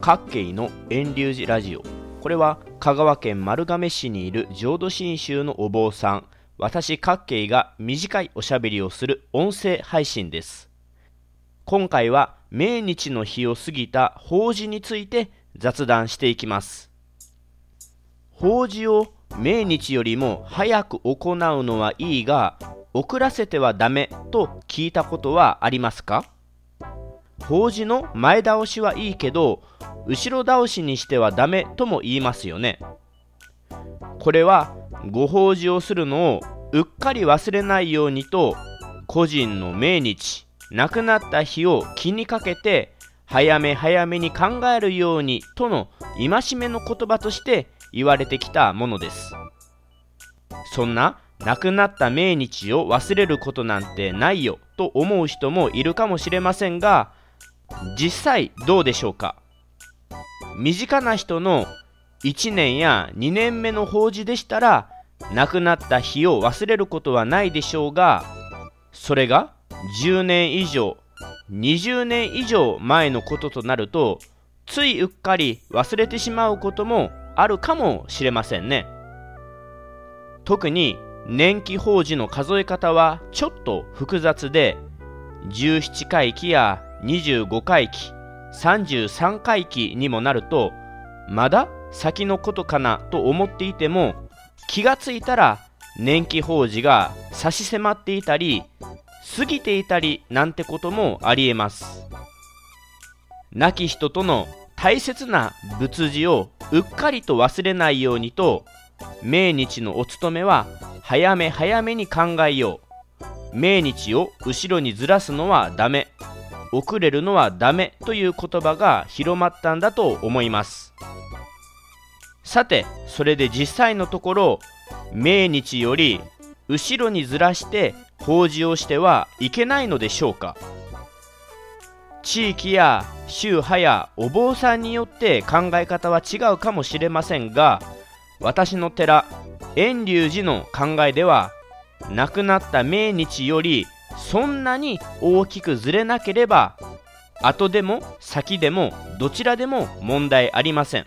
各系の遠流寺ラジオ。これは香川県丸亀市にいる浄土真宗のお坊さん、私各系が短いおしゃべりをする音声配信です。今回は命日の日を過ぎた法事について雑談していきます。法事を命日よりも早く行うのはいいが、遅らせてはダメと聞いたことはありますか？法事の前倒しはいいけど、後ろ倒しにしてはダメとも言いますよね。これはご法事をするのをうっかり忘れないようにと、個人の命日、亡くなった日を気にかけて早め早めに考えるようにとの戒めの言葉として言われてきたものです。そんな亡くなった命日を忘れることなんてないよと思う人もいるかもしれませんが、実際どうでしょうか。身近な人の1年や2年目の法事でしたら、亡くなった日を忘れることはないでしょうが、それが10年以上、20年以上前のこととなると、ついうっかり忘れてしまうこともあるかもしれませんね。特に年期法事の数え方はちょっと複雑で、17回忌や25回忌、33回忌にもなると、まだ先のことかなと思っていても、気がついたら年期法事が差し迫っていたり、過ぎていたりなんてこともありえます。亡き人との大切な仏事をうっかりと忘れないようにと、命日のお勤めは早め早めに考えよう。命日を後ろにずらすのはダメ、遅れるのはダメという言葉が広まったんだと思います。さて、それで実際のところ、命日より後ろにずらして法事をしてはいけないのでしょうか。地域や宗派やお坊さんによって考え方は違うかもしれませんが、私の寺遠隆寺の考えでは、亡くなった命日よりそんなに大きくずれなければ、後でも先でもどちらでも問題ありません。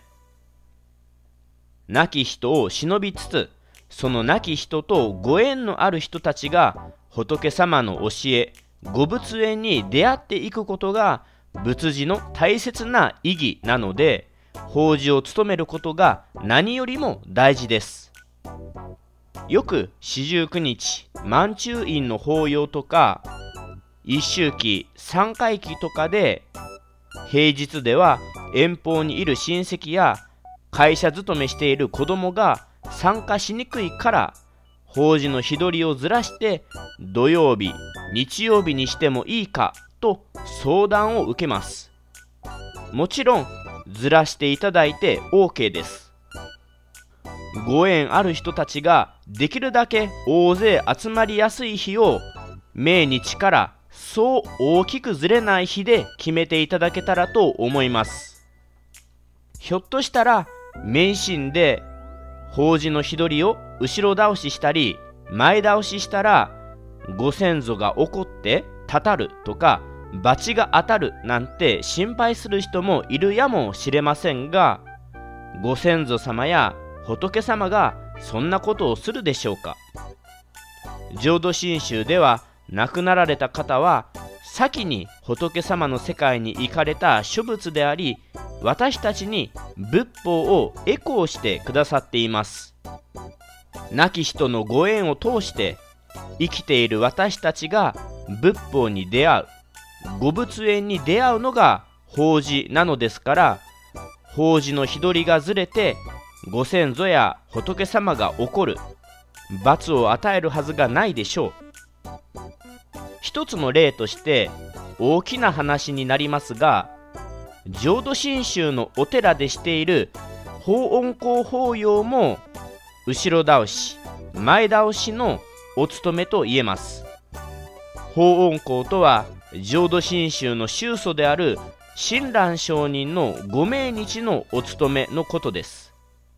亡き人を偲びつつ、その亡き人とご縁のある人たちが仏様の教え、ご仏縁に出会っていくことが仏事の大切な意義なので、法事を務めることが何よりも大事です。よく四十九日万中院の法要とか、一周忌三回忌とかで、平日では遠方にいる親戚や会社勤めしている子供が参加しにくいから、法事の日取りをずらして土曜日、日曜日にしてもいいかと相談を受けます。もちろんずらしていただいて OK です。ご縁ある人たちができるだけ大勢集まりやすい日を、命日からそう大きくずれない日で決めていただけたらと思います。ひょっとしたら迷信で法事の日取りを後ろ倒ししたり前倒ししたら、ご先祖が怒ってたたるとか罰が当たるなんて心配する人もいるやもしれませんが、ご先祖様や仏様がそんなことをするでしょうか。浄土真宗では、亡くなられた方は先に仏様の世界に行かれた諸仏であり、私たちに仏法をエコーしてくださっています。亡き人のご縁を通して生きている私たちが仏法に出会う、ご仏縁に出会うのが法事なのですから、法事の日取りがずれてご先祖や仏様が怒る、罰を与えるはずがないでしょう。一つの例として大きな話になりますが、浄土真宗のお寺でしている法恩公法要も後ろ倒し前倒しのお務めと言えます。法恩公とは浄土真宗の宗祖である親鸞上人のご命日のお務めのことです。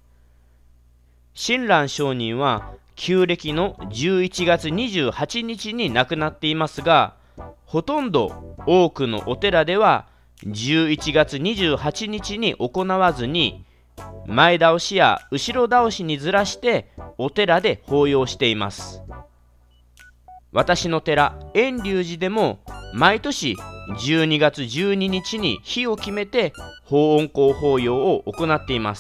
親鸞上人は旧暦の11月28日に亡くなっていますが、ほとんど多くのお寺では 11月28日に行わずに、前倒しや後ろ倒しにずらしてお寺で法要しています。私の寺、遠隆寺でも毎年12月12日に日を決めて法恩公法要を行っています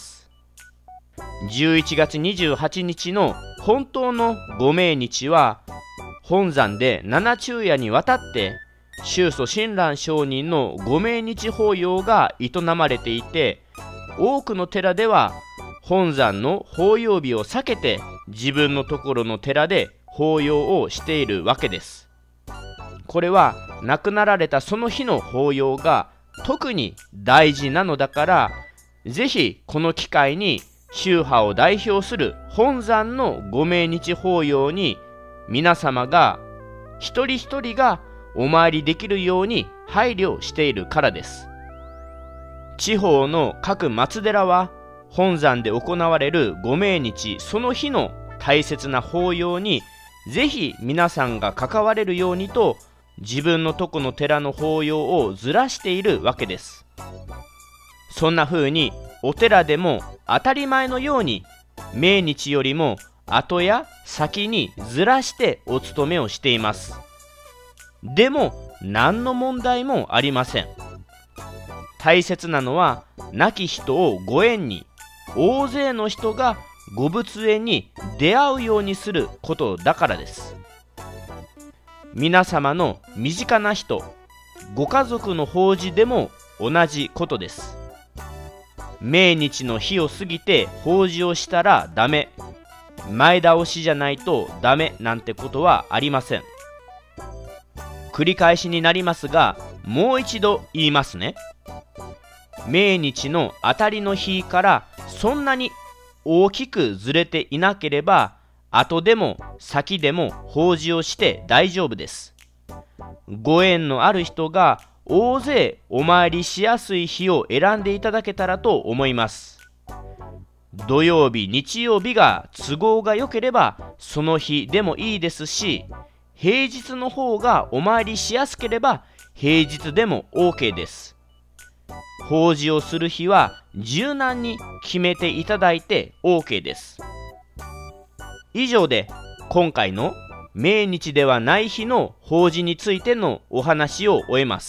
。11月28日の本当のご命日は、本山で7昼夜にわたって宗祖親鸞上人のご命日法要が営まれていて、多くの寺では本山の法要日を避けて自分のところの寺で法要をしているわけです。これは亡くなられたその日の法要が特に大事なのだから、ぜひこの機会に宗派を代表する本山のご命日法要に皆様が一人一人がお参りできるように配慮しているからです。地方の各松寺は本山で行われるご命日その日の大切な法要にぜひ皆さんが関われるようにと、自分のとこの寺の法要をずらしているわけです。そんな風にお寺でも当たり前のように命日よりも後や先にずらしてお勤めをしています。でも何の問題もありません。大切なのは亡き人をご縁に、大勢の人がご仏縁に出会うようにすることだからです。皆様の身近な人、ご家族の法事でも同じことです。命日の日を過ぎて法事をしたらダメ、前倒しじゃないとダメなんてことはありません。繰り返しになりますが、もう一度言いますね。命日の当たりの日からそんなに大きくずれていなければ、後でも先でも法事をして大丈夫です。ご縁のある人が大勢お参りしやすい日を選んでいただけたらと思います。土曜日、日曜日が都合が良ければその日でもいいですし、平日の方がお参りしやすければ平日でも OK です。法事をする日は柔軟に決めていただいて OK です。以上で今回の命日ではない日の法事についてのお話を終えます。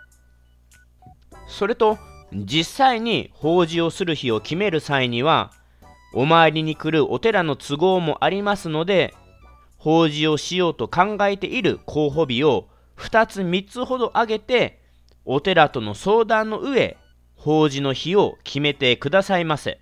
それと実際に法事をする日を決める際には、お参りに来るお寺の都合もありますので、法事をしようと考えている候補日を2つ3つほど挙げて、お寺との相談の上、法事の日を決めてくださいませ。